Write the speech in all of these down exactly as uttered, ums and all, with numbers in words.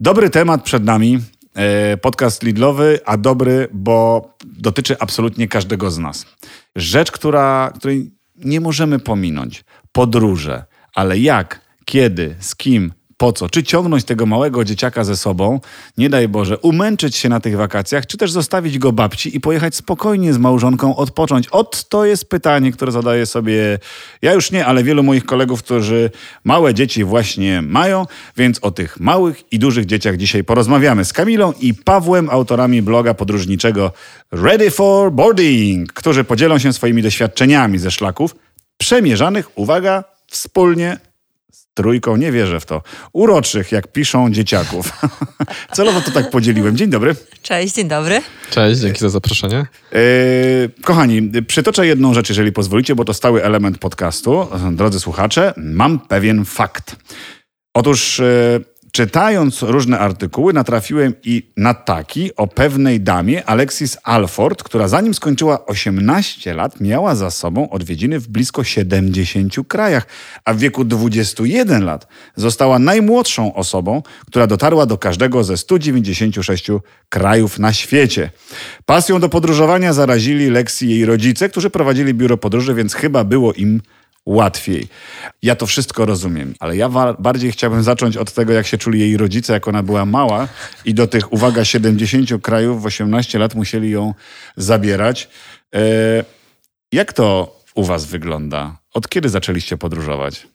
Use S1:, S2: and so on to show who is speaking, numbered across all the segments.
S1: Dobry temat przed nami. Podcast Lidlowy, a dobry, bo dotyczy absolutnie każdego z nas. Rzecz, która, której nie możemy pominąć. Podróże. Ale jak, kiedy, z kim, po co? Czy ciągnąć tego małego dzieciaka ze sobą, nie daj Boże, umęczyć się na tych wakacjach, czy też zostawić go babci i pojechać spokojnie z małżonką odpocząć? Ot, to jest pytanie, które zadaję sobie, ja już nie, ale wielu moich kolegów, którzy małe dzieci właśnie mają, więc o tych małych i dużych dzieciach dzisiaj porozmawiamy z Kamilą i Pawłem, autorami bloga podróżniczego Ready for Boarding, którzy podzielą się swoimi doświadczeniami ze szlaków przemierzanych, uwaga, wspólnie trójką, nie wierzę w to, uroczych, jak piszą, dzieciaków. Celowo to tak podzieliłem. Dzień dobry.
S2: Cześć, dzień dobry.
S3: Cześć, dzięki za zaproszenie.
S1: Yy, kochani, przytoczę jedną rzecz, jeżeli pozwolicie, bo to stały element podcastu. Drodzy słuchacze, mam pewien fakt. Otóż yy, czytając różne artykuły, natrafiłem i na taki o pewnej damie, Alexis Alford, która zanim skończyła osiemnaście lat, miała za sobą odwiedziny w blisko siedemdziesięciu krajach, a w wieku dwudziestu jeden lat została najmłodszą osobą, która dotarła do każdego ze stu dziewięćdziesięciu sześciu krajów na świecie. Pasją do podróżowania zarazili Lexi jej rodzice, którzy prowadzili biuro podróży, więc chyba było im łatwiej. Ja to wszystko rozumiem, ale ja wa- bardziej chciałbym zacząć od tego, jak się czuli jej rodzice, jak ona była mała i do tych, uwaga, siedemdziesięciu krajów w osiemnaście lat musieli ją zabierać. E, jak to u was wygląda? Od kiedy zaczęliście podróżować?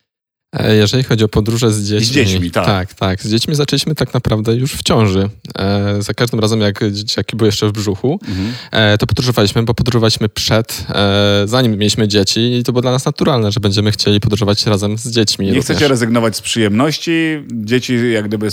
S3: Jeżeli chodzi o podróże z dziećmi...
S1: Z dziećmi, tak.
S3: Tak, tak. Z dziećmi zaczęliśmy tak naprawdę już w ciąży. E, za każdym razem, jak dzieciaki były jeszcze w brzuchu, mhm. e, to podróżowaliśmy, bo podróżowaliśmy przed, e, zanim mieliśmy dzieci i to było dla nas naturalne, że będziemy chcieli podróżować razem z dziećmi.
S1: Nie
S3: również.
S1: chcecie rezygnować z przyjemności. Dzieci jak gdyby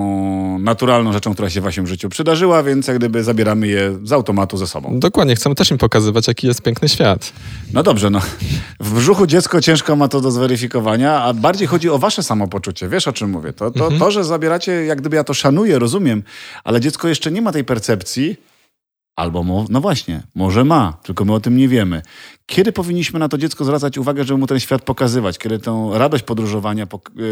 S1: są naturalną rzeczą, która się w waszym życiu przydarzyła, więc jak gdyby zabieramy je z automatu ze sobą.
S3: Dokładnie. Chcemy też im pokazywać, jaki jest piękny świat.
S1: No dobrze, no. W brzuchu dziecko ciężko ma to do zweryfikowania, a bardziej chodzi o wasze samopoczucie. Wiesz, o czym mówię? To, to, mhm. to, że zabieracie, jak gdyby ja to szanuję, rozumiem, ale dziecko jeszcze nie ma tej percepcji, albo, mo, no właśnie, może ma, tylko my o tym nie wiemy. Kiedy powinniśmy na to dziecko zwracać uwagę, żeby mu ten świat pokazywać? Kiedy tę radość podróżowania,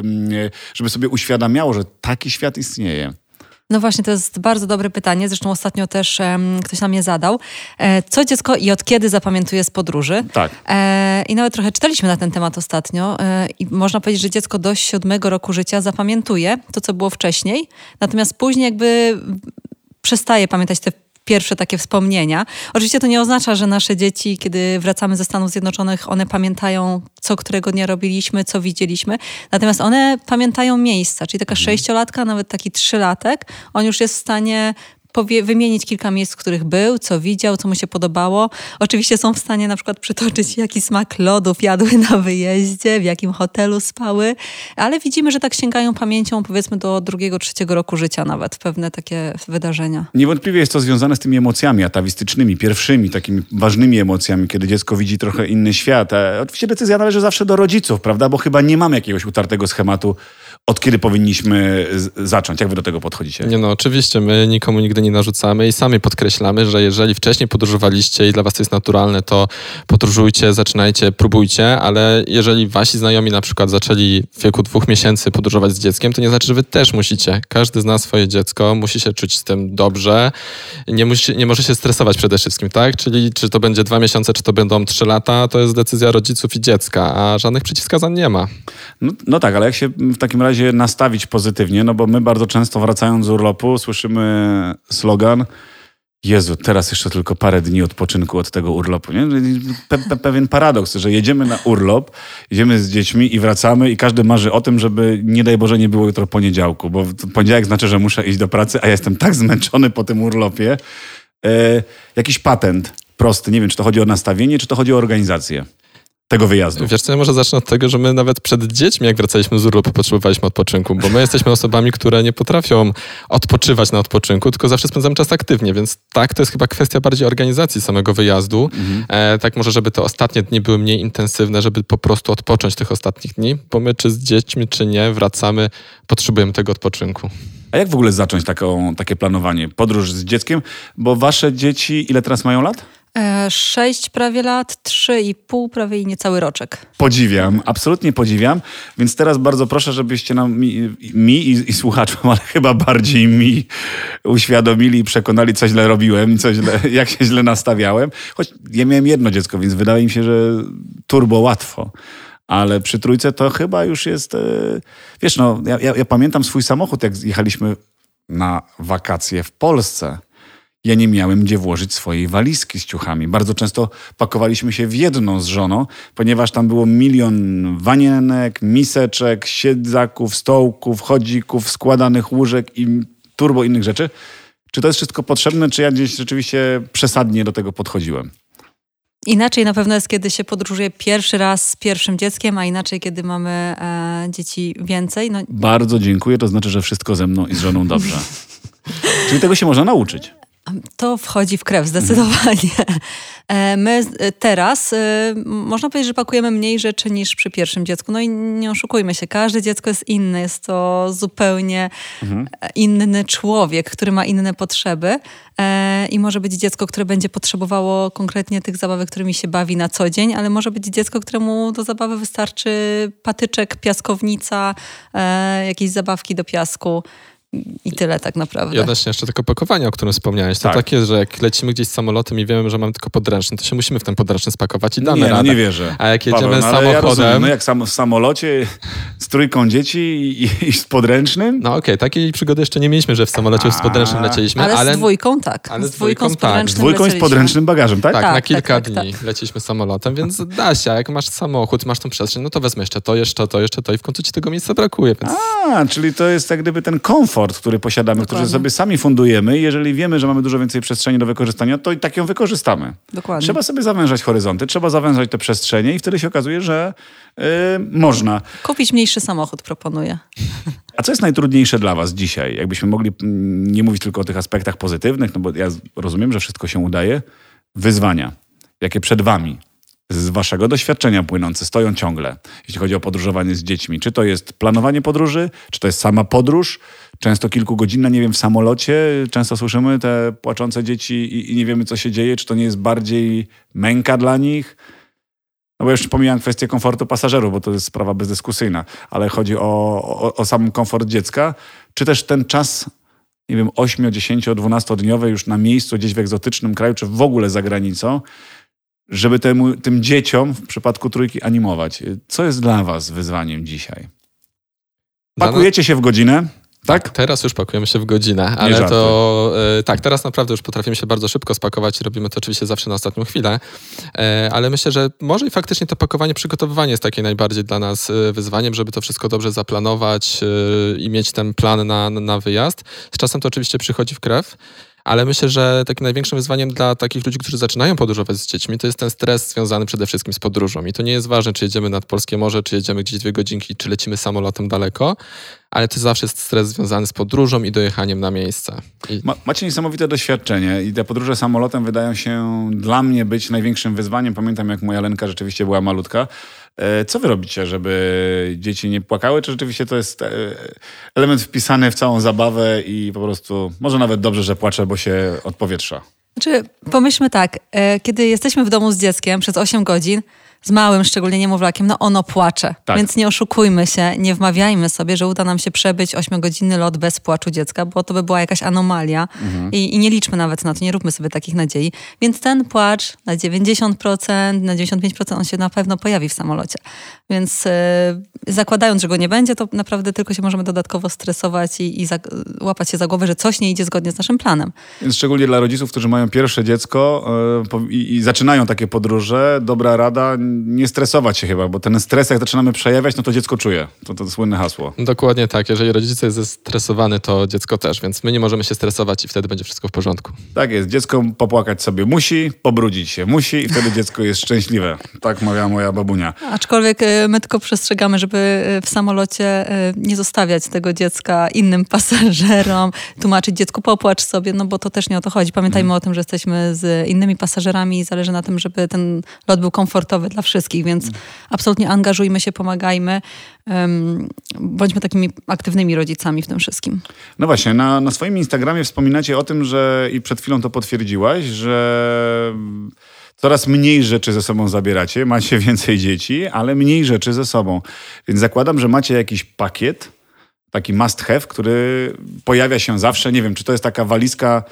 S1: żeby sobie uświadamiało, że taki świat istnieje?
S2: No właśnie, to jest bardzo dobre pytanie. Zresztą ostatnio też um, ktoś nam je zadał. E, co dziecko i od kiedy zapamiętuje z podróży?
S1: Tak.
S2: E, I nawet trochę czytaliśmy na ten temat ostatnio. E, I można powiedzieć, że dziecko do siódmego roku życia zapamiętuje to, co było wcześniej. Natomiast później jakby przestaje pamiętać te pierwsze takie wspomnienia. Oczywiście to nie oznacza, że nasze dzieci, kiedy wracamy ze Stanów Zjednoczonych, one pamiętają, co którego dnia robiliśmy, co widzieliśmy. Natomiast one pamiętają miejsca, czyli taka sześciolatka, nawet taki trzylatek, on już jest w stanie powie, wymienić kilka miejsc, w których był, co widział, co mu się podobało. Oczywiście są w stanie na przykład przytoczyć, jaki smak lodów jadły na wyjeździe, w jakim hotelu spały, ale widzimy, że tak sięgają pamięcią powiedzmy do drugiego, trzeciego roku życia nawet w pewne takie wydarzenia.
S1: Niewątpliwie jest to związane z tymi emocjami atawistycznymi, pierwszymi, takimi ważnymi emocjami, kiedy dziecko widzi trochę inny świat. A oczywiście decyzja należy zawsze do rodziców, prawda? Bo chyba nie mamy jakiegoś utartego schematu, od kiedy powinniśmy z- zacząć. Jak wy do tego podchodzicie?
S3: Nie no, oczywiście, my nikomu nigdy nie narzucamy i sami podkreślamy, że jeżeli wcześniej podróżowaliście i dla was to jest naturalne, to podróżujcie, zaczynajcie, próbujcie, ale jeżeli wasi znajomi na przykład zaczęli w wieku dwóch miesięcy podróżować z dzieckiem, to nie znaczy, że wy też musicie. Każdy zna swoje dziecko, musi się czuć z tym dobrze, nie, musi, nie może się stresować przede wszystkim, tak? Czyli czy to będzie dwa miesiące, czy to będą trzy lata, to jest decyzja rodziców i dziecka, a żadnych przeciwwskazań nie ma.
S1: No, no tak, ale jak się w takim razie nastawić pozytywnie, no bo my bardzo często wracając z urlopu słyszymy slogan: Jezu, teraz jeszcze tylko parę dni odpoczynku od tego urlopu. Nie? Pe- pe- pewien paradoks, że jedziemy na urlop, jedziemy z dziećmi i wracamy i każdy marzy o tym, żeby nie daj Boże nie było jutro poniedziałku, bo poniedziałek znaczy, że muszę iść do pracy, a ja jestem tak zmęczony po tym urlopie. E, jakiś patent prosty, nie wiem, czy to chodzi o nastawienie, czy to chodzi o organizację tego wyjazdu.
S3: Wiesz co, ja może zacznę od tego, że my nawet przed dziećmi, jak wracaliśmy z urlopu, potrzebowaliśmy odpoczynku, bo my jesteśmy osobami, które nie potrafią odpoczywać na odpoczynku, tylko zawsze spędzamy czas aktywnie, więc tak, to jest chyba kwestia bardziej organizacji samego wyjazdu. Mhm. E, tak może, żeby te ostatnie dni były mniej intensywne, żeby po prostu odpocząć tych ostatnich dni, bo my czy z dziećmi, czy nie, wracamy, potrzebujemy tego odpoczynku.
S1: A jak w ogóle zacząć taką, takie planowanie? Podróż z dzieckiem? Bo wasze dzieci ile teraz mają lat?
S2: E, sześć prawie lat, trzy i pół prawie i niecały roczek.
S1: Podziwiam, absolutnie podziwiam. Więc teraz bardzo proszę, żebyście nam, mi, mi i, i słuchaczom, ale chyba bardziej mi uświadomili i przekonali, co źle robiłem i co źle, jak się źle nastawiałem. Choć ja miałem jedno dziecko, więc wydaje mi się, że turbo łatwo. Ale przy trójce to chyba już jest... Wiesz, no, ja, ja, ja pamiętam swój samochód, jak jechaliśmy na wakacje w Polsce. Ja nie miałem gdzie włożyć swojej walizki z ciuchami. Bardzo często pakowaliśmy się w jedną z żoną, ponieważ tam było milion wanienek, miseczek, siedzaków, stołków, chodzików, składanych łóżek i turbo innych rzeczy. Czy to jest wszystko potrzebne, czy ja gdzieś rzeczywiście przesadnie do tego podchodziłem?
S2: Inaczej na pewno jest, kiedy się podróżuje pierwszy raz z pierwszym dzieckiem, a inaczej, kiedy mamy e, dzieci więcej. No...
S1: Bardzo dziękuję, to znaczy, że wszystko ze mną i z żoną dobrze. Czyli tego się można nauczyć.
S2: To wchodzi w krew, zdecydowanie. My teraz, można powiedzieć, że pakujemy mniej rzeczy niż przy pierwszym dziecku. No i nie oszukujmy się, każde dziecko jest inne. Jest to zupełnie mhm. inny człowiek, który ma inne potrzeby. I może być dziecko, które będzie potrzebowało konkretnie tych zabawek, którymi się bawi na co dzień, ale może być dziecko, któremu do zabawy wystarczy patyczek, piaskownica, jakieś zabawki do piasku. I tyle tak naprawdę.
S3: I odnośnie jeszcze tego pakowania, o którym wspomniałeś. To
S1: tak.
S3: tak jest, że jak lecimy gdzieś samolotem i wiemy, że mamy tylko podręczny, to się musimy w ten podręczny spakować i damy
S1: nie,
S3: radę.
S1: No nie wierzę.
S3: A jak jedziemy
S1: Paweł, no,
S3: samochodem...
S1: Ja rozumiem, no jak sam, w samolocie z trójką dzieci i, i z podręcznym?
S3: No okej, okay, takiej przygody jeszcze nie mieliśmy, że w samolocie z podręcznym lecieliśmy.
S2: Ale,
S3: ale
S2: z dwójką tak.
S3: Ale
S2: z dwójką, z
S3: tak.
S1: Z dwójką i z podręcznym bagażem, tak?
S3: Tak,
S2: tak
S3: na kilka
S2: tak, tak,
S3: dni
S2: tak.
S3: leciliśmy samolotem, więc da się. A jak masz samochód, masz tą przestrzeń, no to wezmę jeszcze to, jeszcze to, jeszcze to i w końcu ci tego miejsca brakuje. Więc...
S1: A, czyli to jest jak gdyby ten komfort, który posiadamy,
S2: Dokładnie.
S1: który sobie sami fundujemy. Jeżeli wiemy, że mamy dużo więcej przestrzeni do wykorzystania, to i tak ją wykorzystamy.
S2: Dokładnie.
S1: Trzeba sobie zawężać horyzonty, trzeba zawężać te przestrzenie i wtedy się okazuje, że yy, można.
S2: Kupić mniejszy samochód proponuję.
S1: A co jest najtrudniejsze dla was dzisiaj? Jakbyśmy mogli mm, nie mówić tylko o tych aspektach pozytywnych, no bo ja rozumiem, że wszystko się udaje. Wyzwania, jakie przed wami z waszego doświadczenia płynące stoją ciągle, jeśli chodzi o podróżowanie z dziećmi. Czy to jest planowanie podróży, czy to jest sama podróż, często kilkugodzinna, nie wiem, w samolocie. Często słyszymy te płaczące dzieci i, i nie wiemy, co się dzieje. Czy to nie jest bardziej męka dla nich? No bo jeszcze pomijam kwestię komfortu pasażerów, bo to jest sprawa bezdyskusyjna, ale chodzi o, o, o sam komfort dziecka. Czy też ten czas, nie wiem, osiem, dziesięć, dwunastodniowy już na miejscu, gdzieś w egzotycznym kraju, czy w ogóle za granicą, żeby temu, tym dzieciom w przypadku trójki animować. Co jest dla was wyzwaniem dzisiaj? Pakujecie się w godzinę? Tak?
S3: Teraz już pakujemy się w godzinę, ale to e, tak, teraz naprawdę już potrafimy się bardzo szybko spakować i robimy to oczywiście zawsze na ostatnią chwilę, e, ale myślę, że może i faktycznie to pakowanie, przygotowywanie jest takie najbardziej dla nas e, wyzwaniem, żeby to wszystko dobrze zaplanować e, i mieć ten plan na, na wyjazd. Z czasem to oczywiście przychodzi w krew. Ale myślę, że takim największym wyzwaniem dla takich ludzi, którzy zaczynają podróżować z dziećmi, to jest ten stres związany przede wszystkim z podróżą. I to nie jest ważne, czy jedziemy nad polskie morze, czy jedziemy gdzieś dwie godzinki, czy lecimy samolotem daleko, ale to zawsze jest stres związany z podróżą i dojechaniem na miejsce. I...
S1: Ma, macie niesamowite doświadczenie i te podróże samolotem wydają się dla mnie być największym wyzwaniem. Pamiętam, jak moja Lenka rzeczywiście była malutka. Co wy robicie, żeby dzieci nie płakały? Czy rzeczywiście to jest element wpisany w całą zabawę i po prostu może nawet dobrze, że płacze, bo się odpowietrza?
S2: Znaczy, pomyślmy tak, kiedy jesteśmy w domu z dzieckiem przez osiem godzin, z małym, szczególnie niemowlakiem, no ono płacze.
S1: Tak.
S2: Więc nie oszukujmy się, nie wmawiajmy sobie, że uda nam się przebyć ośmiogodzinny lot bez płaczu dziecka, bo to by była jakaś anomalia mhm. I, i nie liczmy nawet na to, nie róbmy sobie takich nadziei. Więc ten płacz na dziewięćdziesiąt procent, na dziewięćdziesiąt pięć procent on się na pewno pojawi w samolocie. Więc yy, zakładając, że go nie będzie, to naprawdę tylko się możemy dodatkowo stresować i, i za, łapać się za głowę, że coś nie idzie zgodnie z naszym planem.
S1: Więc szczególnie dla rodziców, którzy mają pierwsze dziecko yy, i, i zaczynają takie podróże, dobra rada, nie stresować się chyba, bo ten stres, jak zaczynamy przejawiać, no to dziecko czuje. To, to słynne hasło.
S3: Dokładnie tak. Jeżeli rodzic jest zestresowany, to dziecko też, więc my nie możemy się stresować i wtedy będzie wszystko w porządku.
S1: Tak jest. Dziecko popłakać sobie musi, pobrudzić się musi i wtedy dziecko jest szczęśliwe. Tak mawiała moja babunia.
S2: Aczkolwiek my tylko przestrzegamy, żeby w samolocie nie zostawiać tego dziecka innym pasażerom, tłumaczyć dziecku popłacz sobie, no bo to też nie o to chodzi. Pamiętajmy hmm. o tym, że jesteśmy z innymi pasażerami i zależy na tym, żeby ten lot był komfortowy dla wszystkich, więc absolutnie angażujmy się, pomagajmy. Um, bądźmy takimi aktywnymi rodzicami w tym wszystkim.
S1: No właśnie, na, na swoim Instagramie wspominacie o tym, że i przed chwilą to potwierdziłaś, że coraz mniej rzeczy ze sobą zabieracie, macie więcej dzieci, ale mniej rzeczy ze sobą. Więc zakładam, że macie jakiś pakiet, taki must have, który pojawia się zawsze. Nie wiem, czy to jest taka walizka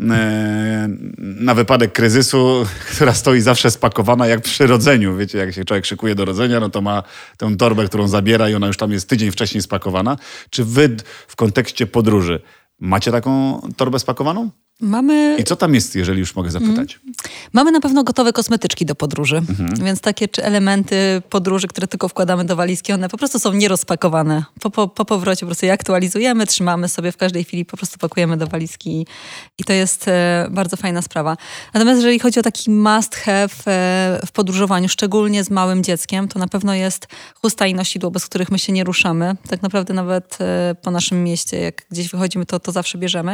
S1: e, na wypadek kryzysu, która stoi zawsze spakowana jak przy rodzeniu. Wiecie, jak się człowiek szykuje do rodzenia, no to ma tę torbę, którą zabiera i ona już tam jest tydzień wcześniej spakowana. Czy wy w kontekście podróży macie taką torbę spakowaną?
S2: Mamy...
S1: I co tam jest, jeżeli już mogę zapytać?
S2: Mm. Mamy na pewno gotowe kosmetyczki do podróży, mhm. więc takie czy elementy podróży, które tylko wkładamy do walizki, one po prostu są nierozpakowane. Po, po, po powrocie po prostu je aktualizujemy, trzymamy sobie w każdej chwili, po prostu pakujemy do walizki i to jest e, bardzo fajna sprawa. Natomiast jeżeli chodzi o taki must have e, w podróżowaniu, szczególnie z małym dzieckiem, to na pewno jest chusta i nosidło, bez których my się nie ruszamy. Tak naprawdę nawet e, po naszym mieście, jak gdzieś wychodzimy, to, to zawsze bierzemy.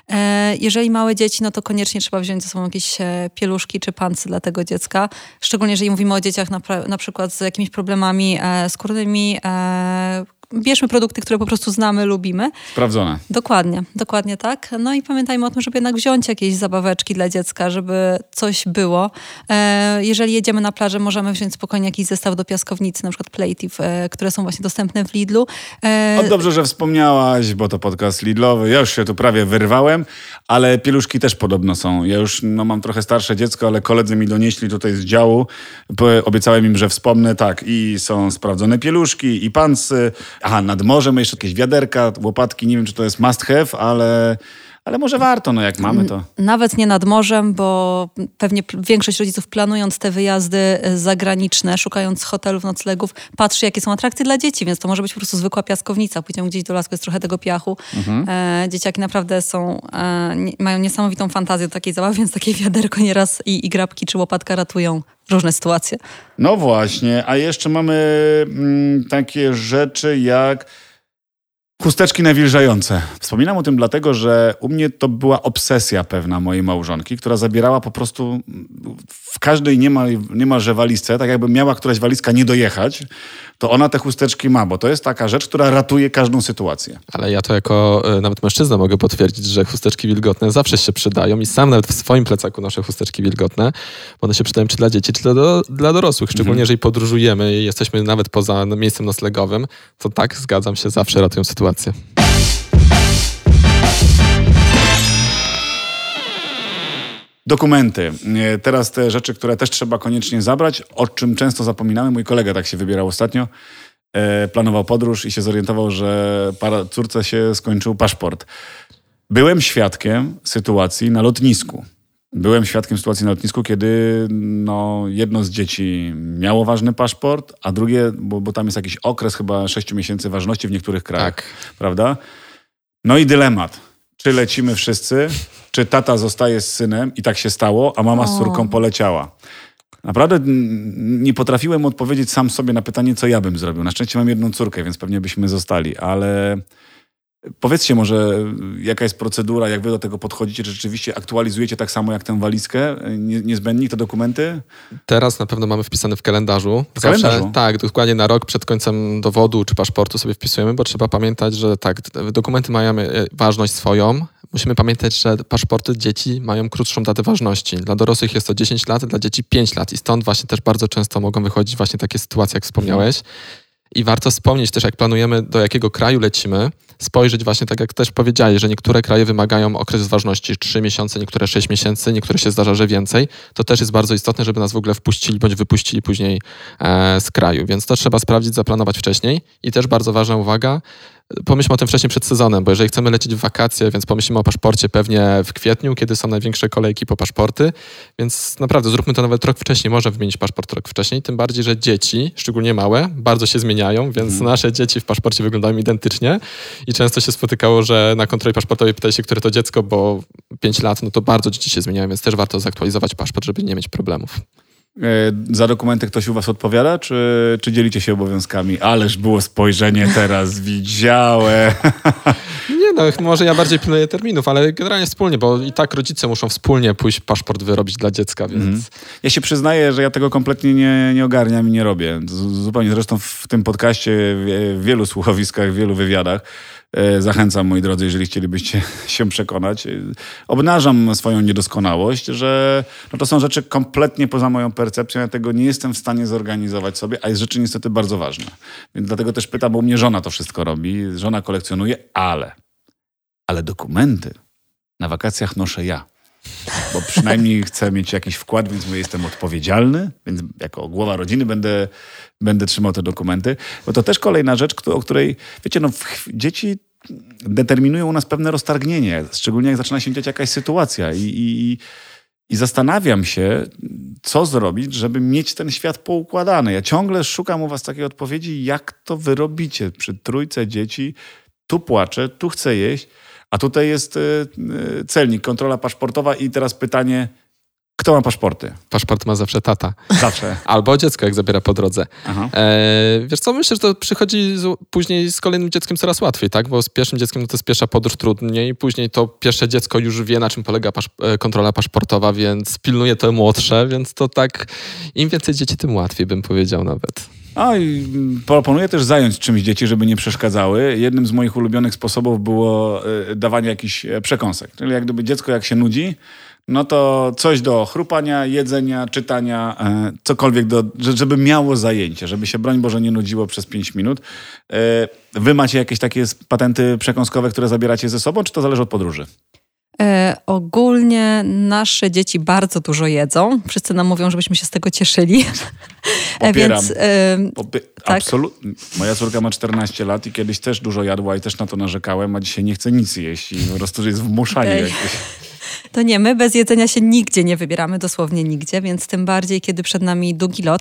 S2: E, jeżeli małe dzieci, no to koniecznie trzeba wziąć ze sobą jakieś pieluszki czy pancy dla tego dziecka. Szczególnie jeżeli mówimy o dzieciach na, na przykład z jakimiś problemami e, skórnymi. E, bierzmy produkty, które po prostu znamy, lubimy.
S1: Sprawdzone.
S2: Dokładnie, dokładnie tak. No i pamiętajmy o tym, żeby jednak wziąć jakieś zabaweczki dla dziecka, żeby coś było. E, jeżeli jedziemy na plażę, możemy wziąć spokojnie jakiś zestaw do piaskownicy, na przykład Playtive, e, które są właśnie dostępne w Lidlu.
S1: E... O, dobrze, że wspomniałaś, bo to podcast Lidlowy. Ja już się tu prawie wyrwałem, ale pieluszki też podobno są. Ja już no, mam trochę starsze dziecko, ale koledzy mi donieśli tutaj z działu. Obiecałem im, że wspomnę. Tak, i są sprawdzone pieluszki i pancy. Aha, nad morzem jeszcze jakieś wiaderka, łopatki. Nie wiem, czy to jest must have, ale... Ale może warto, no jak mamy to.
S2: Nawet nie nad morzem, bo pewnie większość rodziców planując te wyjazdy zagraniczne, szukając hotelów, noclegów, patrzy jakie są atrakcje dla dzieci, więc to może być po prostu zwykła piaskownica. Pójdziemy gdzieś do lasku, jest trochę tego piachu. Mhm. E, dzieciaki naprawdę są, e, nie, mają niesamowitą fantazję do takiej zabawy, więc takie wiaderko nieraz i, i grabki czy łopatka ratują różne sytuacje.
S1: No właśnie, a jeszcze mamy mm, takie rzeczy jak... chusteczki nawilżające. Wspominam o tym dlatego, że u mnie to była obsesja pewna mojej małżonki, która zabierała po prostu w każdej niemal, niemalże walizce, tak jakby miała któraś walizka nie dojechać, to ona te chusteczki ma, bo to jest taka rzecz, która ratuje każdą sytuację.
S3: Ale ja to jako y, nawet mężczyzna mogę potwierdzić, że chusteczki wilgotne zawsze się przydają i sam nawet w swoim plecaku noszę chusteczki wilgotne, bo one się przydają czy dla dzieci, czy dla, do, dla dorosłych. Szczególnie mhm. jeżeli podróżujemy i jesteśmy nawet poza miejscem noclegowym, to tak, zgadzam się, zawsze ratują sytuację.
S1: Dokumenty. Teraz te rzeczy, które też trzeba koniecznie zabrać, o czym często zapominamy. Mój kolega tak się wybierał ostatnio. E, planował podróż i się zorientował, że para, córce się skończył paszport. Byłem świadkiem sytuacji na lotnisku. Byłem świadkiem sytuacji na lotnisku, kiedy no, jedno z dzieci miało ważny paszport, a drugie, bo, bo tam jest jakiś okres chyba sześciu miesięcy ważności w niektórych krajach. Tak. Prawda? No i dylemat. Czy lecimy wszyscy, czy tata zostaje z synem i tak się stało, a mama z córką poleciała. Naprawdę nie potrafiłem odpowiedzieć sam sobie na pytanie, co ja bym zrobił. Na szczęście mam jedną córkę, więc pewnie byśmy zostali, ale powiedzcie może, jaka jest procedura, jak wy do tego podchodzicie, czy rzeczywiście aktualizujecie tak samo jak tę walizkę, niezbędnik, te dokumenty?
S3: Teraz na pewno mamy wpisane w kalendarzu.
S1: W Zawsze, kalendarzu?
S3: Tak, dokładnie na rok przed końcem dowodu czy paszportu sobie wpisujemy, bo trzeba pamiętać, że tak, dokumenty mają ważność swoją. Musimy pamiętać, że paszporty dzieci mają krótszą datę ważności. Dla dorosłych jest to dziesięć lat, dla dzieci pięć lat i stąd właśnie też bardzo często mogą wychodzić właśnie takie sytuacje, jak wspomniałeś. I warto wspomnieć też, jak planujemy, do jakiego kraju lecimy, spojrzeć właśnie, tak jak też powiedziałeś, że niektóre kraje wymagają okres ważności trzy miesiące, niektóre sześć miesięcy, niektóre się zdarza, że więcej. To też jest bardzo istotne, żeby nas w ogóle wpuścili bądź wypuścili później e, z kraju. Więc to trzeba sprawdzić, zaplanować wcześniej. I też bardzo ważna uwaga, pomyślmy o tym wcześniej przed sezonem, bo jeżeli chcemy lecieć w wakacje, więc pomyślimy o paszporcie pewnie w kwietniu, kiedy są największe kolejki po paszporty, więc naprawdę zróbmy to nawet rok wcześniej, może wymienić paszport rok wcześniej, tym bardziej, że dzieci, szczególnie małe, bardzo się zmieniają, więc hmm. nasze dzieci w paszporcie wyglądają identycznie i często się spotykało, że na kontroli paszportowej pytaj się, które to dziecko, bo pięć lat, no to bardzo dzieci się zmieniają, więc też warto zaktualizować paszport, żeby nie mieć problemów.
S1: Za dokumenty ktoś u was odpowiada, czy, czy dzielicie się obowiązkami? Ależ było spojrzenie teraz, widziałem.
S3: Nie no, może ja bardziej pilnuję terminów, ale generalnie wspólnie, bo i tak rodzice muszą wspólnie pójść paszport wyrobić dla dziecka, więc... Mhm.
S1: Ja się przyznaję, że ja tego kompletnie nie, nie ogarniam i nie robię. Zupełnie. Zresztą w tym podcaście, w wielu słuchowiskach, w wielu wywiadach zachęcam, moi drodzy, jeżeli chcielibyście się przekonać. Obnażam swoją niedoskonałość, że no to są rzeczy kompletnie poza moją percepcją. Ja tego nie jestem w stanie zorganizować sobie, a jest rzeczy niestety bardzo ważne. Więc dlatego też pytam, bo u mnie żona to wszystko robi. Żona kolekcjonuje, ale, ale dokumenty na wakacjach noszę ja. Bo przynajmniej chcę mieć jakiś wkład, więc jestem odpowiedzialny, więc jako głowa rodziny będę, będę trzymał te dokumenty. Bo to też kolejna rzecz, o której, wiecie, no dzieci determinują u nas pewne roztargnienie, szczególnie jak zaczyna się dziać jakaś sytuacja i, i, i zastanawiam się, co zrobić, żeby mieć ten świat poukładany. Ja ciągle szukam u was takiej odpowiedzi, jak to wy robicie przy trójce dzieci. Tu płaczę, tu chcę jeść, a tutaj jest celnik, kontrola paszportowa i teraz pytanie, kto ma paszporty?
S3: Paszport ma zawsze tata.
S1: Zawsze.
S3: Albo dziecko, jak zabiera po drodze. E, wiesz co, myślę, że to przychodzi z, później z kolejnym dzieckiem coraz łatwiej, tak? Bo z pierwszym dzieckiem to jest pierwsza podróż trudniej, później to pierwsze dziecko już wie, na czym polega pasz, kontrola paszportowa, więc pilnuje to młodsze, więc to tak, im więcej dzieci, tym łatwiej, bym powiedział nawet.
S1: A i proponuję też zająć czymś dzieci, żeby nie przeszkadzały. Jednym z moich ulubionych sposobów było dawanie jakichś przekąsek. Czyli jak gdyby dziecko jak się nudzi, no to coś do chrupania, jedzenia, czytania, e, cokolwiek, do, żeby miało zajęcie, żeby się, broń Boże, nie nudziło przez pięć minut. E, wy macie jakieś takie patenty przekąskowe, które zabieracie ze sobą, czy to zależy od podróży?
S2: E, ogólnie nasze dzieci bardzo dużo jedzą. Wszyscy nam mówią, żebyśmy się z tego cieszyli.
S1: Popieram.
S2: Więc, e,
S1: Popie-
S2: tak.
S1: Absolutnie. Moja córka ma czternaście lat i kiedyś też dużo jadła i też na to narzekałem, a dzisiaj nie chce nic jeść i po prostu jest wmuszanie
S2: Ej.
S1: jakieś.
S2: To nie, my bez jedzenia się nigdzie nie wybieramy, dosłownie nigdzie, więc tym bardziej, kiedy przed nami długi lot,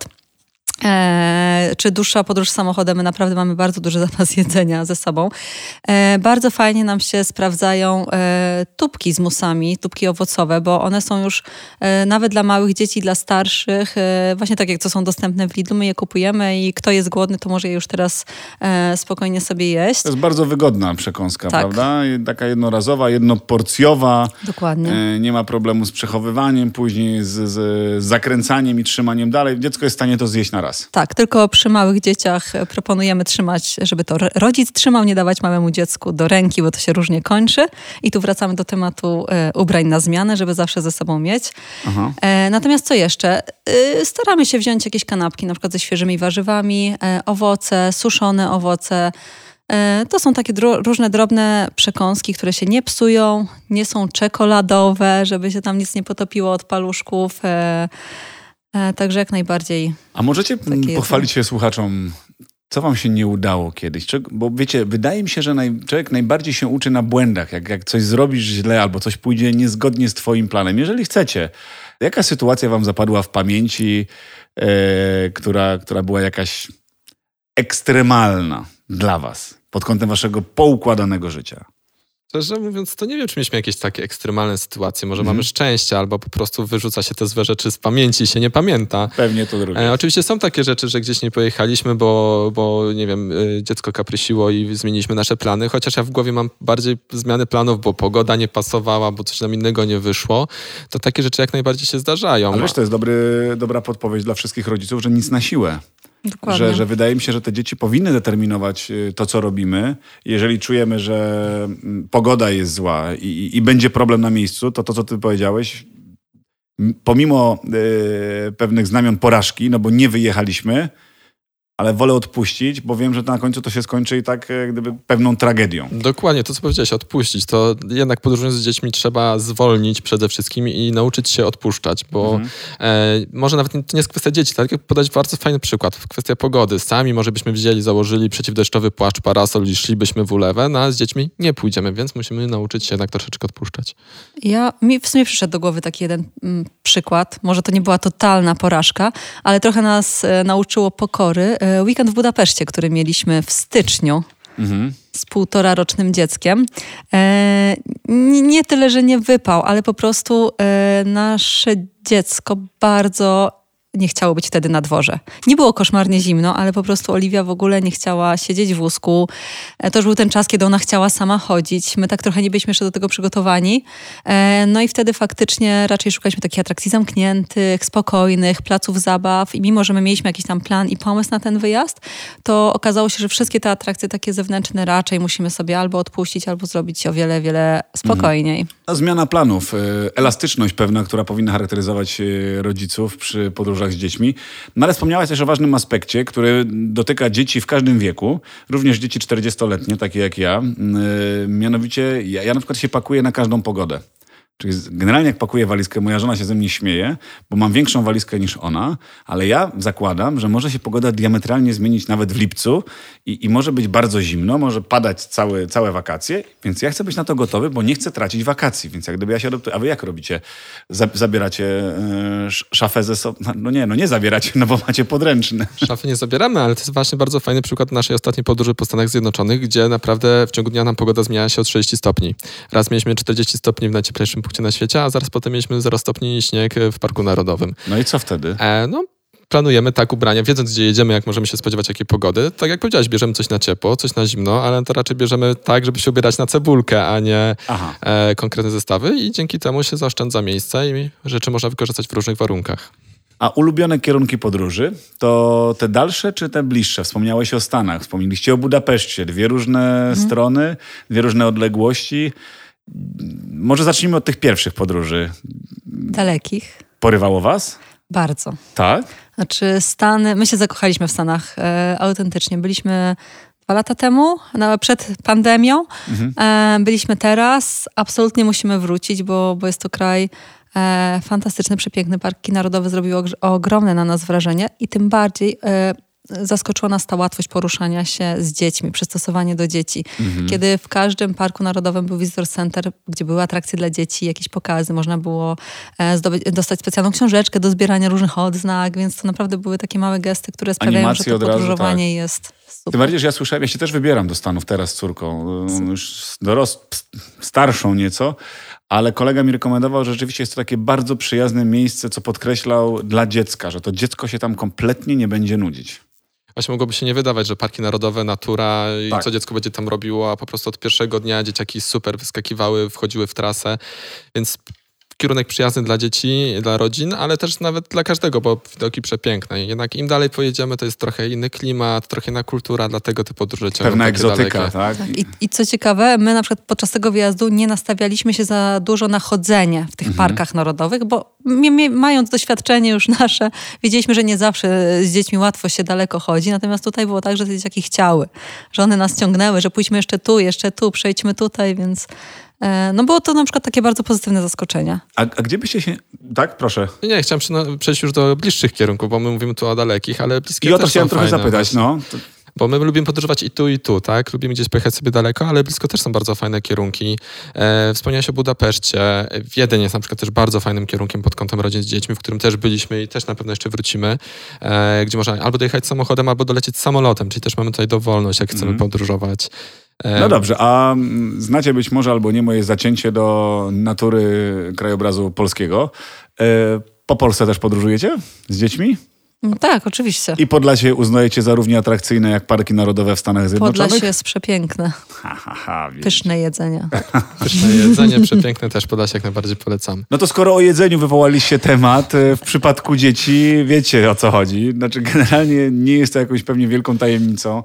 S2: E, czy dłuższa podróż samochodem, my naprawdę mamy bardzo duży zapas jedzenia ze sobą. E, bardzo fajnie nam się sprawdzają e, tubki z musami, tubki owocowe, bo one są już e, nawet dla małych dzieci, dla starszych, e, właśnie tak jak to są dostępne w Lidlu, my je kupujemy i kto jest głodny, to może je już teraz e, spokojnie sobie jeść.
S1: To jest bardzo wygodna przekąska,
S2: tak.
S1: prawda? Taka jednorazowa, jednoporcjowa.
S2: Dokładnie.
S1: E, nie ma problemu z przechowywaniem, później z, z, z zakręcaniem i trzymaniem dalej. Dziecko jest w stanie to zjeść na raz.
S2: Tak, tylko przy małych dzieciach proponujemy trzymać, żeby to rodzic trzymał, nie dawać małemu dziecku do ręki, bo to się różnie kończy. I tu wracamy do tematu e, ubrań na zmianę, żeby zawsze ze sobą mieć. E, natomiast co jeszcze? E, staramy się wziąć jakieś kanapki, na przykład ze świeżymi warzywami, e, owoce, suszone owoce. E, to są takie dro- różne drobne przekąski, które się nie psują, nie są czekoladowe, żeby się tam nic nie potopiło od paluszków. E, Także jak najbardziej.
S1: A możecie pochwalić się słuchaczom, co wam się nie udało kiedyś? Bo wiecie, wydaje mi się, że naj, człowiek najbardziej się uczy na błędach. Jak, jak coś zrobisz źle albo coś pójdzie niezgodnie z twoim planem. Jeżeli chcecie, jaka sytuacja wam zapadła w pamięci, e, która, która była jakaś ekstremalna dla was pod kątem waszego poukładanego życia?
S3: Szczerze mówiąc, to nie wiem, czy mieliśmy jakieś takie ekstremalne sytuacje. Może
S1: Mhm.
S3: mamy szczęście, albo po prostu wyrzuca się te złe rzeczy z pamięci i się nie pamięta.
S1: Pewnie to drugie.
S3: E, oczywiście są takie rzeczy, że gdzieś nie pojechaliśmy, bo, bo nie wiem, y, dziecko kaprysiło i zmieniliśmy nasze plany, chociaż ja w głowie mam bardziej zmiany planów, bo pogoda nie pasowała, bo coś nam innego nie wyszło. To takie rzeczy jak najbardziej się zdarzają.
S1: Ale wiesz, to jest dobry, dobra podpowiedź dla wszystkich rodziców, że nic na siłę.
S2: Dokładnie.
S1: Że, że wydaje mi się, że te dzieci powinny determinować to, co robimy. Jeżeli czujemy, że pogoda jest zła i, i, i będzie problem na miejscu, to to, co ty powiedziałeś, pomimo y, pewnych znamion porażki, no bo nie wyjechaliśmy, ale wolę odpuścić, bo wiem, że na końcu to się skończy i tak jak gdyby pewną tragedią.
S3: Dokładnie, to co powiedziałeś, odpuścić. To jednak podróżując z dziećmi trzeba zwolnić przede wszystkim i nauczyć się odpuszczać, bo mhm. e, może nawet to nie jest kwestia dzieci, tak jak podać bardzo fajny przykład, kwestia pogody. Sami może byśmy wzięli, założyli przeciwdeszczowy płaszcz, parasol i szlibyśmy w ulewę, no a z dziećmi nie pójdziemy, więc musimy nauczyć się jednak troszeczkę odpuszczać.
S2: Ja, mi w sumie przyszedł do głowy taki jeden mm, przykład. Może to nie była totalna porażka, ale trochę nas e, nauczyło pokory. E, weekend w Budapeszcie, który mieliśmy w styczniu mhm. z półtora rocznym dzieckiem. E, nie, nie tyle, że nie wypał, ale po prostu e, nasze dziecko bardzo nie chciało być wtedy na dworze. Nie było koszmarnie zimno, ale po prostu Oliwia w ogóle nie chciała siedzieć w wózku. To już był ten czas, kiedy ona chciała sama chodzić. My tak trochę nie byliśmy jeszcze do tego przygotowani. No i wtedy faktycznie raczej szukaliśmy takich atrakcji zamkniętych, spokojnych, placów zabaw i mimo, że my mieliśmy jakiś tam plan i pomysł na ten wyjazd, to okazało się, że wszystkie te atrakcje takie zewnętrzne raczej musimy sobie albo odpuścić, albo zrobić o wiele, wiele spokojniej.
S1: No, zmiana planów, elastyczność pewna, która powinna charakteryzować rodziców przy podróżach z dziećmi. No ale wspomniałaś też o ważnym aspekcie, który dotyka dzieci w każdym wieku, również dzieci czterdziestoletnie, takie jak ja. Yy, mianowicie ja, ja na przykład się pakuję na każdą pogodę. Czyli generalnie jak pakuję walizkę, moja żona się ze mnie śmieje, bo mam większą walizkę niż ona, ale ja zakładam, że może się pogoda diametralnie zmienić nawet w lipcu i, i może być bardzo zimno, może padać całe, całe wakacje, więc ja chcę być na to gotowy, bo nie chcę tracić wakacji, więc jak gdyby ja się adoptuję. A wy jak robicie? Zabieracie yy, szafę ze sobą? No nie, no nie zabieracie, no bo macie podręczne.
S3: Szafy nie zabieramy, ale to jest właśnie bardzo fajny przykład naszej ostatniej podróży po Stanach Zjednoczonych, gdzie naprawdę w ciągu dnia nam pogoda zmieniała się o trzydzieści stopni. Raz mieliśmy czterdzieści stopni w najcieplejszym punkcie na świecie, a zaraz potem mieliśmy zero stopni i śnieg w Parku Narodowym.
S1: No i co wtedy?
S3: E, no, planujemy tak ubrania, wiedząc gdzie jedziemy, jak możemy się spodziewać jakiej pogody. Tak jak powiedziałeś, bierzemy coś na ciepło, coś na zimno, ale to raczej bierzemy tak, żeby się ubierać na cebulkę, a nie e, konkretne zestawy i dzięki temu się zaoszczędza miejsce i rzeczy można wykorzystać w różnych warunkach.
S1: A ulubione kierunki podróży to te dalsze czy te bliższe? Wspomniałeś o Stanach, wspomnieliście o Budapeszcie. Dwie różne mhm. strony, dwie różne odległości. Może zacznijmy od tych pierwszych podróży.
S2: Dalekich.
S1: Porywało was?
S2: Bardzo.
S1: Tak?
S2: Znaczy Stany, my się zakochaliśmy w Stanach e, autentycznie. Byliśmy dwa lata temu, no, przed pandemią. Mhm. E, byliśmy teraz. Absolutnie musimy wrócić, bo, bo jest to kraj e, fantastyczny, przepiękny. Parki Narodowe zrobiły ogromne na nas wrażenie i tym bardziej e, zaskoczyła nas ta łatwość poruszania się z dziećmi, przystosowanie do dzieci. Mhm. Kiedy w każdym Parku Narodowym był Visitor Center, gdzie były atrakcje dla dzieci, jakieś pokazy, można było zdobyć, dostać specjalną książeczkę do zbierania różnych odznak, więc to naprawdę były takie małe gesty, które sprawiają,
S1: Animacje
S2: że to podróżowanie
S1: razu, tak.
S2: jest super.
S1: Tym bardziej, że ja słyszałem, ja się też wybieram do Stanów teraz z córką, już doros, starszą nieco, ale kolega mi rekomendował, że rzeczywiście jest to takie bardzo przyjazne miejsce, co podkreślał dla dziecka, że to dziecko się tam kompletnie nie będzie nudzić.
S3: Właśnie mogłoby się nie wydawać, że parki narodowe, natura i
S1: tak.
S3: co dziecko będzie tam robiło, a po prostu od pierwszego dnia dzieciaki super wyskakiwały, wchodziły w trasę, więc kierunek przyjazny dla dzieci, dla rodzin, ale też nawet dla każdego, bo widoki przepiękne. Jednak im dalej pojedziemy, to jest trochę inny klimat, trochę inna kultura, dlatego te podróże ciągną
S1: pewna
S3: takie
S1: egzotyka,
S3: dalekie.
S1: tak?
S2: tak. I, I co ciekawe, my na przykład podczas tego wyjazdu nie nastawialiśmy się za dużo na chodzenie w tych mhm. parkach narodowych, bo mi, mi, mając doświadczenie już nasze, wiedzieliśmy, że nie zawsze z dziećmi łatwo się daleko chodzi, natomiast tutaj było tak, że te dzieciaki chciały, że one nas ciągnęły, że pójdźmy jeszcze tu, jeszcze tu, przejdźmy tutaj, więc... No było to na przykład takie bardzo pozytywne zaskoczenie.
S1: A, a gdzie byście się... Tak, proszę.
S3: Nie, chciałem przejść już do bliższych kierunków, bo my mówimy tu o dalekich, ale bliskie
S1: I o to
S3: też
S1: chciałem
S3: są
S1: trochę
S3: fajne,
S1: zapytać,
S3: właśnie.
S1: no. To...
S3: Bo my lubimy podróżować i tu, i tu, tak? Lubimy gdzieś pojechać sobie daleko, ale blisko też są bardzo fajne kierunki. E, wspomniałeś o Budapeszcie. Wiedeń jest na przykład też bardzo fajnym kierunkiem pod kątem rodzin z dziećmi, w którym też byliśmy i też na pewno jeszcze wrócimy. E, gdzie można albo dojechać samochodem, albo dolecieć samolotem, czyli też mamy tutaj dowolność, jak chcemy mm. podróżować. E,
S1: no dobrze, a znacie być może albo nie moje zacięcie do natury krajobrazu polskiego. E, po Polsce też podróżujecie z dziećmi?
S2: Tak, oczywiście.
S1: I Podlasie uznajecie za równie atrakcyjne jak parki narodowe w Stanach Zjednoczonych?
S2: Podlasie jest przepiękne.
S1: Ha, ha, ha,
S2: Pyszne jedzenie.
S3: Pyszne jedzenie, przepiękne też Podlasie jak najbardziej polecam.
S1: No to skoro o jedzeniu wywołaliście temat, w przypadku dzieci wiecie o co chodzi. Znaczy generalnie nie jest to jakąś pewnie wielką tajemnicą,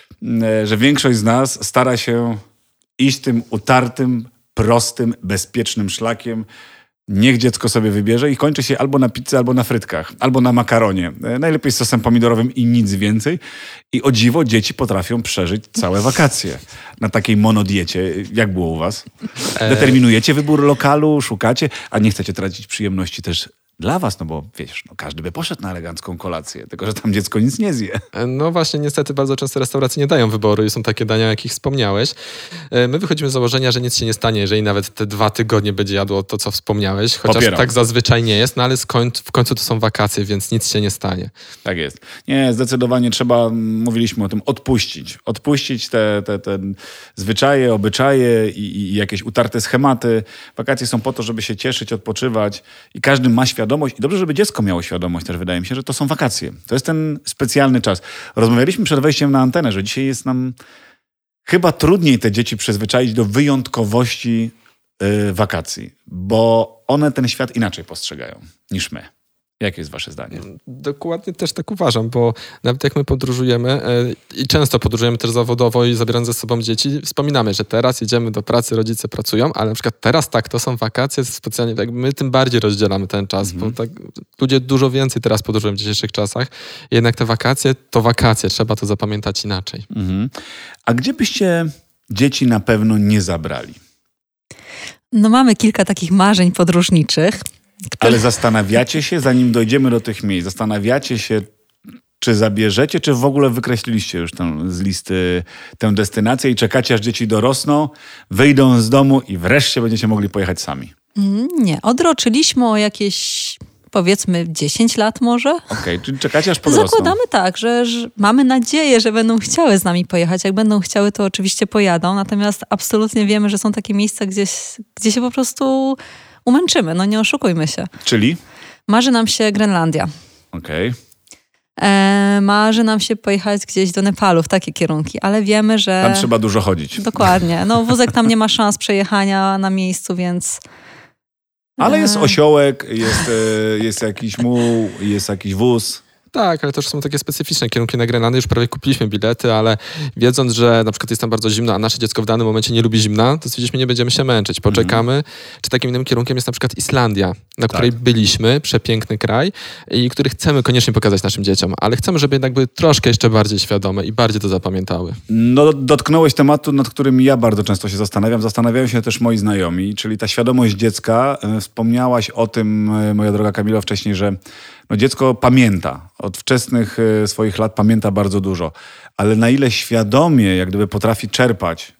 S1: że większość z nas stara się iść tym utartym, prostym, bezpiecznym szlakiem. Niech dziecko sobie wybierze i kończy się albo na pizzy, albo na frytkach, albo na makaronie. Najlepiej z sosem pomidorowym i nic więcej. I o dziwo dzieci potrafią przeżyć całe wakacje na takiej monodiecie. Jak było u was? Determinujecie wybór lokalu, szukacie, a nie chcecie tracić przyjemności też dla was, no bo wiesz, no każdy by poszedł na elegancką kolację, tylko że tam dziecko nic nie zje.
S3: No właśnie, niestety bardzo często restauracje nie dają wyboru i są takie dania, o jakich wspomniałeś. My wychodzimy z założenia, że nic się nie stanie, jeżeli nawet te dwa tygodnie będzie jadło to, co wspomniałeś, chociaż Popieram. Tak zazwyczaj nie jest, no ale skoń- w końcu to są wakacje, więc nic się nie stanie.
S1: Tak jest. Nie, zdecydowanie trzeba, mówiliśmy o tym, odpuścić. Odpuścić te, te, te zwyczaje, obyczaje i, i jakieś utarte schematy. Wakacje są po to, żeby się cieszyć, odpoczywać i każdy ma świadomość, świadomość, i dobrze, żeby dziecko miało świadomość też, wydaje mi się, że to są wakacje. To jest ten specjalny czas. Rozmawialiśmy przed wejściem na antenę, że dzisiaj jest nam chyba trudniej te dzieci przyzwyczaić do wyjątkowości yy, wakacji, bo one ten świat inaczej postrzegają niż my. Jakie jest wasze zdanie?
S3: Dokładnie też tak uważam, bo nawet jak my podróżujemy yy, i często podróżujemy też zawodowo i zabierając ze sobą dzieci, wspominamy, że teraz jedziemy do pracy, rodzice pracują, ale na przykład teraz tak, to są wakacje specjalnie, tak my tym bardziej rozdzielamy ten czas, mhm. bo tak ludzie dużo więcej teraz podróżują w dzisiejszych czasach, jednak te wakacje to wakacje, trzeba to zapamiętać inaczej.
S1: Mhm. A gdzie byście dzieci na pewno nie zabrali?
S2: No mamy kilka takich marzeń podróżniczych. Które...
S1: Ale zastanawiacie się, zanim dojdziemy do tych miejsc, zastanawiacie się, czy zabierzecie, czy w ogóle wykreśliliście już tę, z listy tę destynację i czekacie, aż dzieci dorosną, wyjdą z domu i wreszcie będziecie mogli pojechać sami?
S2: Nie, odroczyliśmy o jakieś, powiedzmy, dziesięć lat może.
S1: Okej, okay, czyli czekacie, aż podrosną.
S2: Zakładamy tak, że, że mamy nadzieję, że będą chciały z nami pojechać. Jak będą chciały, to oczywiście pojadą, natomiast absolutnie wiemy, że są takie miejsca, gdzie, gdzie się po prostu... umęczymy, no nie oszukujmy się.
S1: Czyli?
S2: Marzy nam się Grenlandia.
S1: Okej. Okay.
S2: E, marzy nam się pojechać gdzieś do Nepalu w takie kierunki, ale wiemy, że...
S1: Tam trzeba dużo chodzić.
S2: Dokładnie. No wózek tam nie ma szans przejechania na miejscu, więc...
S1: Ale jest osiołek, jest, jest jakiś muł, jest jakiś wóz.
S3: Tak, ale to już są takie specyficzne kierunki na Grenlandię. Już prawie kupiliśmy bilety, ale wiedząc, że na przykład jest tam bardzo zimno, a nasze dziecko w danym momencie nie lubi zimna, to stwierdziliśmy, nie będziemy się męczyć. Poczekamy. Mm. Czy takim innym kierunkiem jest na przykład Islandia, na której tak. byliśmy, przepiękny kraj i który chcemy koniecznie pokazać naszym dzieciom, ale chcemy, żeby jednak były troszkę jeszcze bardziej świadome i bardziej to zapamiętały.
S1: No, dotknąłeś tematu, nad którym ja bardzo często się zastanawiam. Zastanawiają się też moi znajomi, czyli ta świadomość dziecka. Wspomniałaś o tym, moja droga Kamilo, wcześniej, że no dziecko pamięta, od wczesnych swoich lat pamięta bardzo dużo, ale na ile świadomie jak gdyby potrafi czerpać